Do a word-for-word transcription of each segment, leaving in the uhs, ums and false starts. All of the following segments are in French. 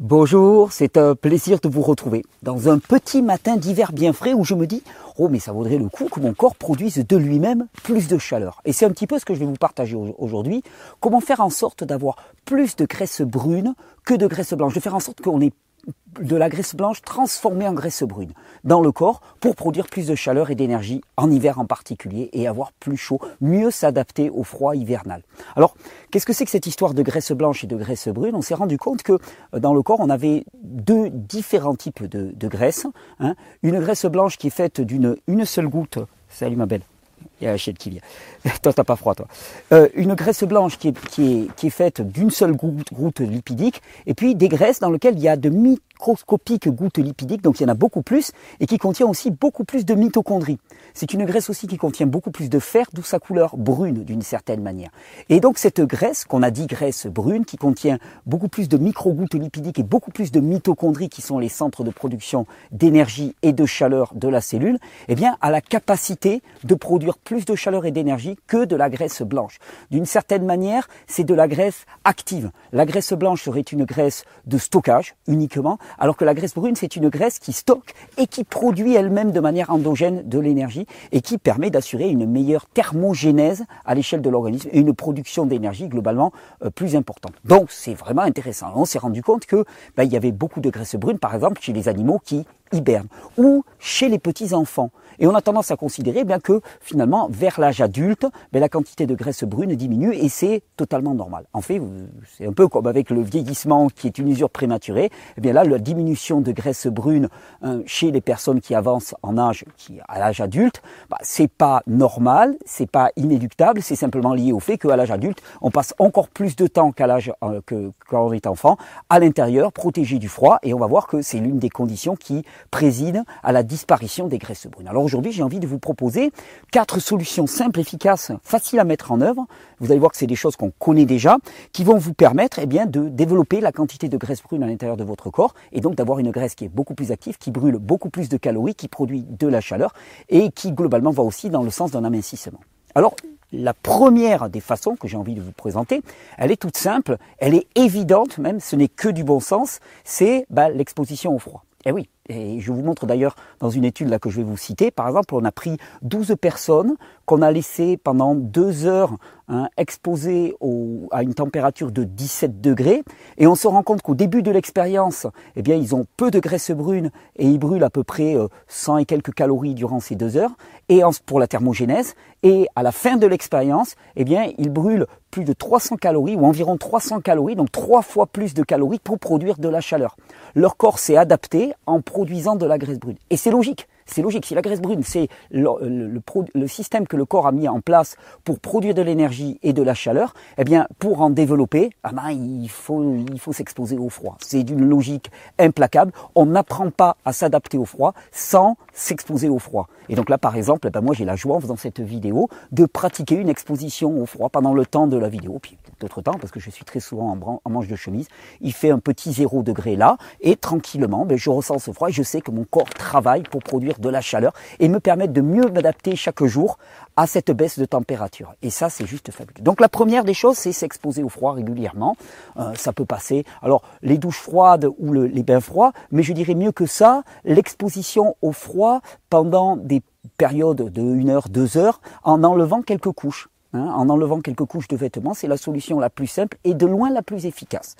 Bonjour, c'est un plaisir de vous retrouver dans un petit matin d'hiver bien frais où je me dis « Oh mais ça vaudrait le coup que mon corps produise de lui-même plus de chaleur ». Et c'est un petit peu ce que je vais vous partager aujourd'hui. Comment faire en sorte d'avoir plus de graisse brune que de graisse blanche. De faire en sorte qu'on ait de la graisse blanche transformée en graisse brune dans le corps pour produire plus de chaleur et d'énergie en hiver en particulier et avoir plus chaud, mieux s'adapter au froid hivernal. Alors, qu'est-ce que c'est que cette histoire de graisse blanche et de graisse brune? On s'est rendu compte que dans le corps, on avait deux différents types de, de graisse. Hein. Une graisse blanche qui est faite d'une une seule goutte. Salut ma belle. Il y a la chienne qui vient. Toi, t'as pas froid, toi. Euh, une graisse blanche qui est, qui est, qui est faite d'une seule goutte, goutte lipidique, et puis des graisses dans lesquelles il y a de microscopiques gouttes lipidiques, donc il y en a beaucoup plus, et qui contient aussi beaucoup plus de mitochondries. C'est une graisse aussi qui contient beaucoup plus de fer, d'où sa couleur brune d'une certaine manière. Et donc cette graisse, qu'on a dit graisse brune, qui contient beaucoup plus de micro-gouttes lipidiques et beaucoup plus de mitochondries, qui sont les centres de production d'énergie et de chaleur de la cellule, eh bien, a la capacité de produire plus de chaleur et d'énergie que de la graisse blanche. D'une certaine manière, c'est de la graisse active. La graisse blanche serait une graisse de stockage uniquement, alors que la graisse brune, c'est une graisse qui stocke et qui produit elle-même de manière endogène de l'énergie et qui permet d'assurer une meilleure thermogénèse à l'échelle de l'organisme et une production d'énergie globalement euh, plus importante. Donc, c'est vraiment intéressant. On s'est rendu compte que ben, il y avait beaucoup de graisse brune, par exemple, chez les animaux qui hibernent ou chez les petits enfants. Et on a tendance à considérer bien que finalement, vers l'âge adulte, ben, la quantité de graisse brune diminue et c'est totalement normal. En fait, c'est un peu comme avec le vieillissement qui est une usure prématurée. Et bien là, la diminution de graisse brune hein, chez les personnes qui avancent en âge, qui à l'âge adulte, ben, c'est pas normal, c'est pas inéluctable, c'est simplement lié au fait qu'à l'âge adulte, on passe encore plus de temps qu'à l'âge euh, que quand on est enfant, à l'intérieur, protégé du froid, et on va voir que c'est l'une des conditions qui préside à la disparition des graisses brunes. Alors aujourd'hui, j'ai envie de vous proposer quatre solutions simples, efficaces, faciles à mettre en œuvre. Vous allez voir que c'est des choses qu'on connaît déjà, qui vont vous permettre eh bien, de développer la quantité de graisse brune à l'intérieur de votre corps et donc d'avoir une graisse qui est beaucoup plus active, qui brûle beaucoup plus de calories, qui produit de la chaleur et qui globalement va aussi dans le sens d'un amincissement. Alors, la première des façons que j'ai envie de vous présenter, elle est toute simple, elle est évidente même, ce n'est que du bon sens, c'est bah, l'exposition au froid. Eh oui, et je vous montre d'ailleurs dans une étude là que je vais vous citer, par exemple, on a pris douze personnes qu'on a laissées pendant deux heures hein, exposées au, à une température de dix-sept degrés et on se rend compte qu'au début de l'expérience, eh bien, ils ont peu de graisse brune et ils brûlent à peu près euh, cent et quelques calories durant ces deux heures et en, pour la thermogénèse et à la fin de l'expérience, eh bien, ils brûlent plus de trois cents calories ou environ trois cents calories, donc trois fois plus de calories pour produire de la chaleur. Leur corps s'est adapté en produisant de la graisse brune. Et c'est logique, c'est logique. Si la graisse brune, c'est le, le, le, le système que le corps a mis en place pour produire de l'énergie et de la chaleur, eh bien, pour en développer, ah ben, il faut, il faut s'exposer au froid. C'est d'une logique implacable. On n'apprend pas à s'adapter au froid sans s'exposer au froid. Et donc là, par exemple, eh ben, moi, j'ai la joie en faisant cette vidéo de pratiquer une exposition au froid pendant le temps de la vidéo. Puis d'autres temps, parce que je suis très souvent en, bran- en manche de chemise, il fait un petit zéro degré là, et tranquillement, ben, je ressens ce froid et je sais que mon corps travaille pour produire de la chaleur et me permettre de mieux m'adapter chaque jour à cette baisse de température. Et ça, c'est juste fabuleux. Donc la première des choses, c'est s'exposer au froid régulièrement. Euh, ça peut passer, alors les douches froides ou le, les bains froids, mais je dirais mieux que ça, l'exposition au froid pendant des périodes de une heure, deux heures, en enlevant quelques couches. Hein, en enlevant quelques couches de vêtements, c'est la solution la plus simple et de loin la plus efficace.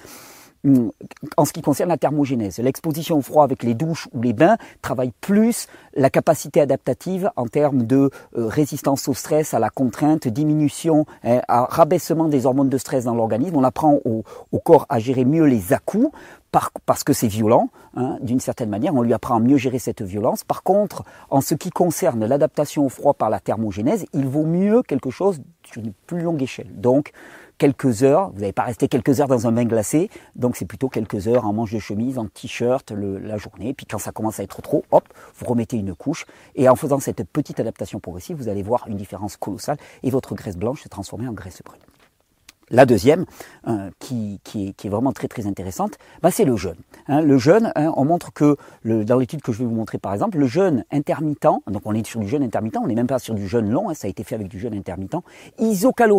En ce qui concerne la thermogénèse, l'exposition au froid avec les douches ou les bains travaille plus la capacité adaptative en termes de euh, résistance au stress, à la contrainte, diminution, hein, à rabaissement des hormones de stress dans l'organisme. On apprend au, au corps à gérer mieux les à-coups par, parce que c'est violent, hein, d'une certaine manière. On lui apprend à mieux gérer cette violence. Par contre, en ce qui concerne l'adaptation au froid par la thermogénèse, il vaut mieux quelque chose sur une plus longue échelle. Donc, quelques heures, vous n'allez pas rester quelques heures dans un bain glacé, donc c'est plutôt quelques heures en manche de chemise, en t-shirt le, la journée, puis quand ça commence à être trop, hop, vous remettez une couche, et en faisant cette petite adaptation progressive, vous allez voir une différence colossale, et votre graisse blanche se transformer en graisse brune. La deuxième, euh, qui, qui, est, qui est vraiment très très intéressante, bah, c'est le jeûne. Hein, le jeûne, hein, on montre que, le, dans l'étude que je vais vous montrer par exemple, le jeûne intermittent, donc on est sur du jeûne intermittent, on n'est même pas sur du jeûne long, hein, ça a été fait avec du jeûne intermittent, isocalorique,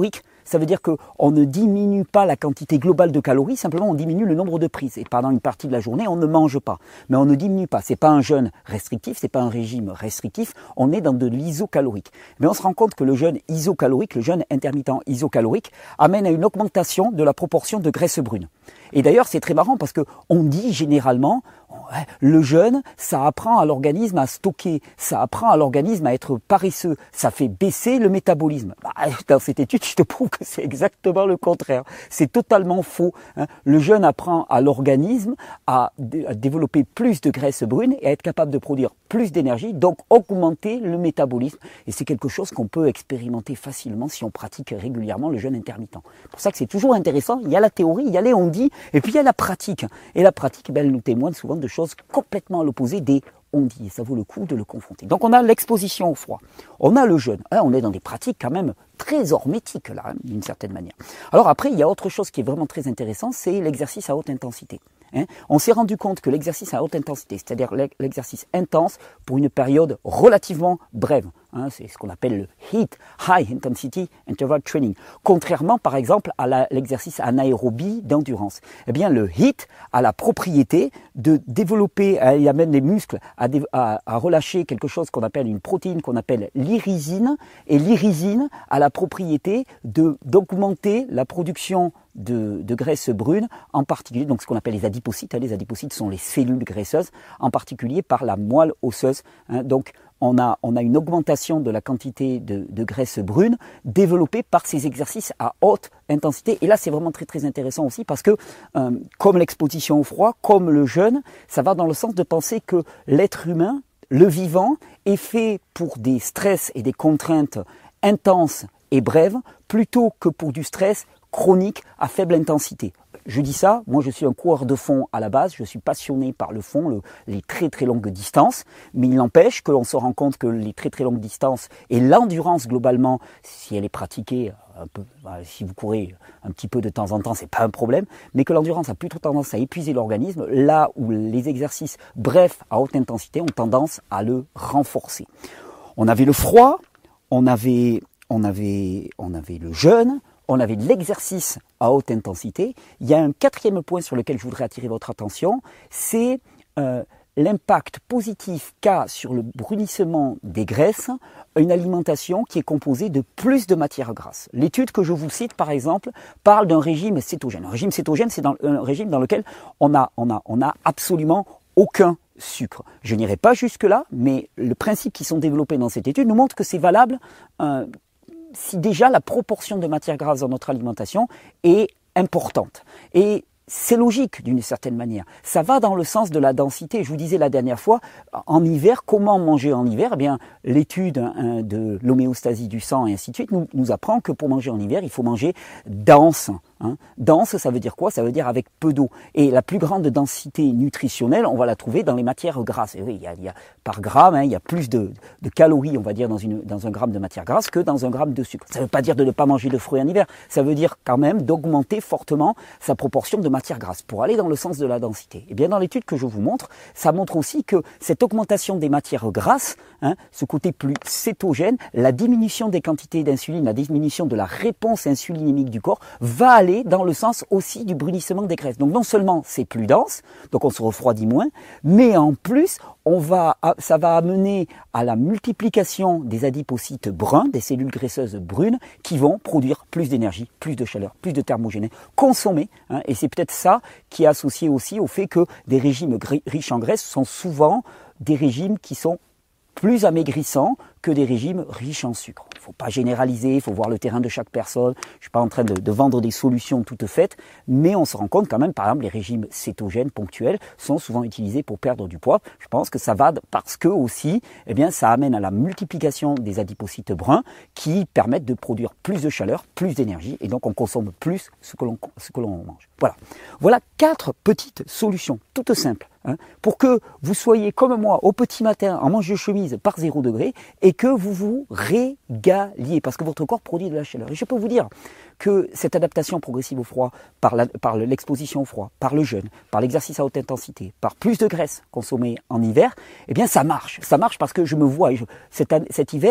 Ça veut dire qu'on ne diminue pas la quantité globale de calories, simplement on diminue le nombre de prises. Et pendant une partie de la journée, on ne mange pas. Mais on ne diminue pas. C'est pas un jeûne restrictif, c'est pas un régime restrictif. On est dans de l'isocalorique. Mais on se rend compte que le jeûne isocalorique, le jeûne intermittent isocalorique, amène à une augmentation de la proportion de graisse brune. Et d'ailleurs, c'est très marrant parce que on dit généralement, ouais, le jeûne, ça apprend à l'organisme à stocker, ça apprend à l'organisme à être paresseux, ça fait baisser le métabolisme. Bah, dans cette étude, je te prouve que c'est exactement le contraire. C'est totalement faux. Hein. Le jeûne apprend à l'organisme à, d- à développer plus de graisse brune et à être capable de produire plus d'énergie, donc augmenter le métabolisme. Et c'est quelque chose qu'on peut expérimenter facilement si on pratique régulièrement le jeûne intermittent. C'est pour ça que c'est toujours intéressant. Il y a la théorie, il y a les on-dit, et puis il y a la pratique. Et la pratique, ben, elle nous témoigne souvent de choses complètement à l'opposé des on-dit. Et ça vaut le coup de le confronter. Donc on a l'exposition au froid. On a le jeûne. Hein, on est dans des pratiques quand même très hormétiques, là, hein, d'une certaine manière. Alors après, il y a autre chose qui est vraiment très intéressant, c'est l'exercice à haute intensité. Hein. On s'est rendu compte que l'exercice à haute intensité, c'est-à-dire l'exercice intense pour une période relativement brève, hein, c'est ce qu'on appelle le HIIT, High Intensity Interval Training, contrairement par exemple à la, l'exercice anaérobie d'endurance. Eh bien le HIIT a la propriété de développer, euh, il amène les muscles à, à, à relâcher quelque chose qu'on appelle une protéine qu'on appelle l'irisine, et l'irisine a la propriété de, d'augmenter la production De, de graisse brune, en particulier, donc ce qu'on appelle les adipocytes. Hein, les adipocytes sont les cellules graisseuses, en particulier par la moelle osseuse. Hein, donc on a, on a une augmentation de la quantité de, de graisse brune développée par ces exercices à haute intensité. Et là, c'est vraiment très très intéressant aussi parce que, euh, comme l'exposition au froid, comme le jeûne, ça va dans le sens de penser que l'être humain, le vivant, est fait pour des stress et des contraintes intenses et brèves, plutôt que pour du stress chronique à faible intensité. Je dis ça, moi je suis un coureur de fond à la base, je suis passionné par le fond, le, les très très longues distances, mais il n'empêche que l'on se rend compte que les très très longues distances et l'endurance globalement, si elle est pratiquée un peu, si vous courez un petit peu de temps en temps, c'est pas un problème, mais que l'endurance a plutôt tendance à épuiser l'organisme, là où les exercices brefs à haute intensité ont tendance à le renforcer. On avait le froid, on avait, on avait, on avait le jeûne, on avait de l'exercice à haute intensité. Il y a un quatrième point sur lequel je voudrais attirer votre attention, c'est euh, l'impact positif qu'a sur le brunissement des graisses une alimentation qui est composée de plus de matières grasses. L'étude que je vous cite, par exemple, parle d'un régime cétogène. Un régime cétogène, c'est dans, un régime dans lequel on a, on a, on a absolument aucun sucre. Je n'irai pas jusque-là, mais le principe qui sont développés dans cette étude nous montre que c'est valable euh, si déjà la proportion de matières grasses dans notre alimentation est importante. Et c'est logique d'une certaine manière. Ça va dans le sens de la densité. Je vous disais la dernière fois, en hiver, comment manger en hiver ? Eh bien, l'étude hein, de l'homéostasie du sang et ainsi de suite nous, nous apprend que pour manger en hiver, il faut manger dense. Hein. Dense, ça veut dire quoi ? Ça veut dire avec peu d'eau. Et la plus grande densité nutritionnelle, on va la trouver dans les matières grasses. Et oui, il y a, il y a par gramme, hein, il y a plus de, de calories, on va dire, dans, une, dans un gramme de matière grasse que dans un gramme de sucre. Ça ne veut pas dire de ne pas manger de fruits en hiver. Ça veut dire quand même d'augmenter fortement sa proportion de matière grasse pour aller dans le sens de la densité. Et bien dans l'étude que je vous montre, ça montre aussi que cette augmentation des matières grasses, hein, ce côté plus cétogène, la diminution des quantités d'insuline, la diminution de la réponse insulinémique du corps, va aller dans le sens aussi du brunissement des graisses. Donc non seulement c'est plus dense, donc on se refroidit moins, mais en plus on va, ça va amener à la multiplication des adipocytes bruns, des cellules graisseuses brunes, qui vont produire plus d'énergie, plus de chaleur, plus de thermogénèse, consommer. Hein, et c'est peut-être ça qui est associé aussi au fait que des régimes riches en graisse sont souvent des régimes qui sont plus amaigrissants que des régimes riches en sucre. Il ne faut pas généraliser, il faut voir le terrain de chaque personne. Je ne suis pas en train de, de vendre des solutions toutes faites, mais on se rend compte quand même, par exemple, les régimes cétogènes ponctuels sont souvent utilisés pour perdre du poids. Je pense que ça va parce que aussi, eh bien, ça amène à la multiplication des adipocytes bruns qui permettent de produire plus de chaleur, plus d'énergie, et donc on consomme plus ce que l'on, ce que l'on mange. Voilà. Voilà quatre petites solutions, toutes simples, hein, pour que vous soyez comme moi au petit matin en manche de chemise par zéro degré et que vous vous régaliez parce que votre corps produit de la chaleur. Et je peux vous dire que cette adaptation progressive au froid, par, la, par l'exposition au froid, par le jeûne, par l'exercice à haute intensité, par plus de graisse consommée en hiver, eh bien ça marche. Ça marche parce que je me vois, je, cet, cet hiver,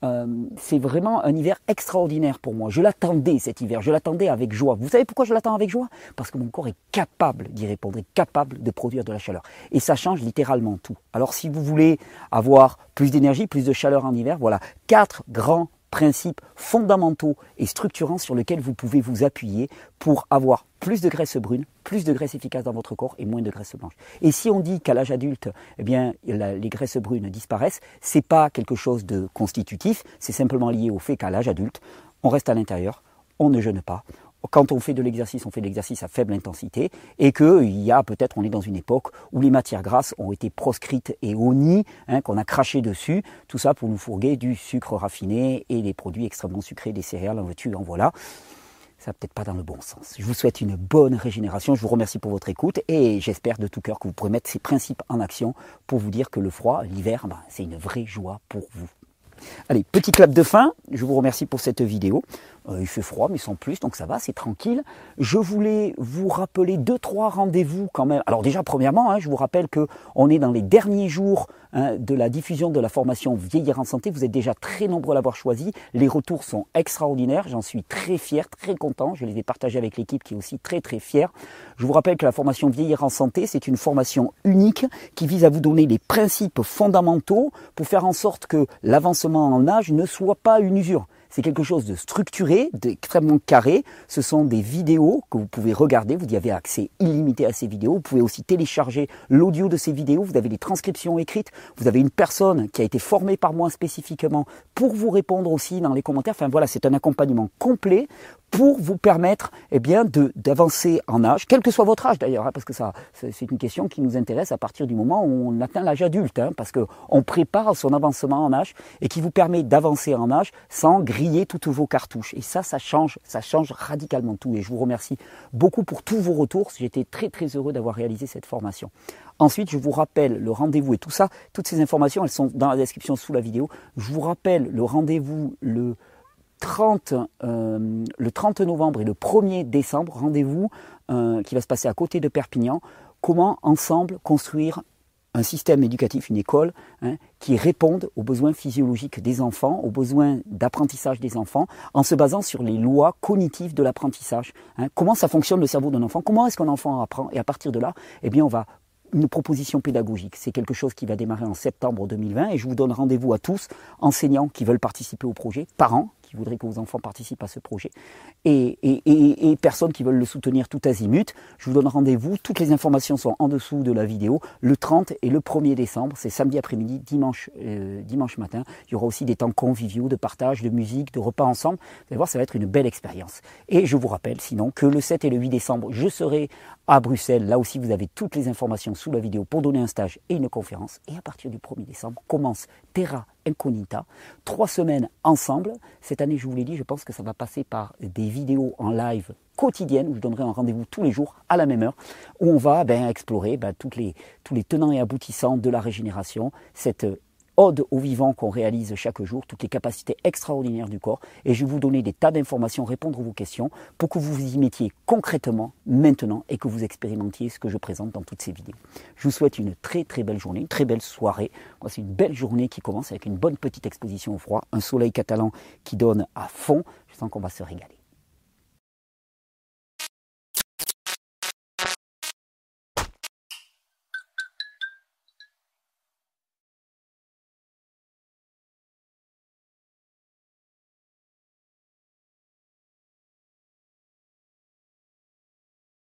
euh, c'est vraiment un hiver extraordinaire pour moi. Je l'attendais cet hiver, je l'attendais avec joie. Vous savez pourquoi je l'attends avec joie? Parce que mon corps est capable d'y répondre, est capable de produire de la chaleur. Et ça change littéralement tout. Alors si vous voulez avoir plus d'énergie, plus de chaleur en hiver, voilà quatre grands principes fondamentaux et structurants sur lesquels vous pouvez vous appuyer pour avoir plus de graisse brune, plus de graisse efficace dans votre corps et moins de graisse blanche. Et si on dit qu'à l'âge adulte, eh bien, la, les graisses brunes disparaissent, c'est pas quelque chose de constitutif, c'est simplement lié au fait qu'à l'âge adulte, on reste à l'intérieur, on ne jeûne pas. Quand on fait de l'exercice, on fait de l'exercice à faible intensité et qu'il y a peut-être, on est dans une époque où les matières grasses ont été proscrites et honnies, hein, qu'on a craché dessus, tout ça pour nous fourguer du sucre raffiné et des produits extrêmement sucrés, des céréales, en veux-tu, en voilà. Ça va peut-être pas dans le bon sens. Je vous souhaite une bonne régénération, je vous remercie pour votre écoute et j'espère de tout cœur que vous pourrez mettre ces principes en action pour vous dire que le froid, l'hiver, ben, c'est une vraie joie pour vous. Allez, petit clap de fin, je vous remercie pour cette vidéo. Euh, il fait froid, mais sans plus, donc ça va, c'est tranquille. Je voulais vous rappeler deux, trois rendez-vous quand même. Alors déjà, premièrement, hein, je vous rappelle qu'on est dans les derniers jours hein, de la diffusion de la formation Vieillir en santé. Vous êtes déjà très nombreux à l'avoir choisi. Les retours sont extraordinaires. J'en suis très fier, très content. Je les ai partagés avec l'équipe qui est aussi très, très fière. Je vous rappelle que la formation Vieillir en santé, c'est une formation unique qui vise à vous donner les principes fondamentaux pour faire en sorte que l'avancement en âge ne soit pas une usure. C'est quelque chose de structuré, d'extrêmement carré. Ce sont des vidéos que vous pouvez regarder. Vous y avez accès illimité à ces vidéos. Vous pouvez aussi télécharger l'audio de ces vidéos. Vous avez les transcriptions écrites. Vous avez une personne qui a été formée par moi spécifiquement pour vous répondre aussi dans les commentaires. Enfin voilà, c'est un accompagnement complet pour vous permettre eh bien, de, d'avancer en âge, quel que soit votre âge d'ailleurs, hein, parce que ça, c'est une question qui nous intéresse à partir du moment où on atteint l'âge adulte, hein, parce qu'on prépare son avancement en âge et qui vous permet d'avancer en âge sans griller toutes vos cartouches. Et ça, ça change, ça change radicalement tout. Et je vous remercie beaucoup pour tous vos retours. J'étais très très heureux d'avoir réalisé cette formation. Ensuite, je vous rappelle le rendez-vous et tout ça, toutes ces informations, elles sont dans la description sous la vidéo. Je vous rappelle le rendez-vous le trente, euh, le trente novembre et le premier décembre, rendez-vous euh, qui va se passer à côté de Perpignan. Comment ensemble construire un système éducatif, une école hein, qui réponde aux besoins physiologiques des enfants, aux besoins d'apprentissage des enfants, en se basant sur les lois cognitives de l'apprentissage. Hein. Comment ça fonctionne le cerveau d'un enfant? Comment est-ce qu'un enfant apprend? Et à partir de là, eh bien, on va une proposition pédagogique. C'est quelque chose qui va démarrer en septembre deux mille vingt et je vous donne rendez-vous à tous, enseignants qui veulent participer au projet, parents qui voudraient que vos enfants participent à ce projet et, et, et, et personnes qui veulent le soutenir tout azimut. Je vous donne rendez-vous, toutes les informations sont en dessous de la vidéo, le trente et le premier décembre, c'est samedi après-midi, dimanche, euh, dimanche matin. Il y aura aussi des temps conviviaux de partage, de musique, de repas ensemble. Vous allez voir, ça va être une belle expérience. Et je vous rappelle sinon que le sept et le huit décembre, je serai à Bruxelles. Là aussi, vous avez toutes les informations sous la vidéo pour donner un stage et une conférence. Et à partir du premier décembre, commence Terra Incognita. Trois semaines ensemble. Cette année, je vous l'ai dit, je pense que ça va passer par des vidéos en live quotidiennes où je donnerai un rendez-vous tous les jours à la même heure où on va ben, explorer ben, toutes les, tous les tenants et aboutissants de la régénération, cette ode au vivant qu'on réalise chaque jour, toutes les capacités extraordinaires du corps et je vais vous donner des tas d'informations, répondre à vos questions pour que vous vous y mettiez concrètement maintenant et que vous expérimentiez ce que je présente dans toutes ces vidéos. Je vous souhaite une très très belle journée, une très belle soirée. C'est une belle journée qui commence avec une bonne petite exposition au froid, un soleil catalan qui donne à fond. Je sens qu'on va se régaler.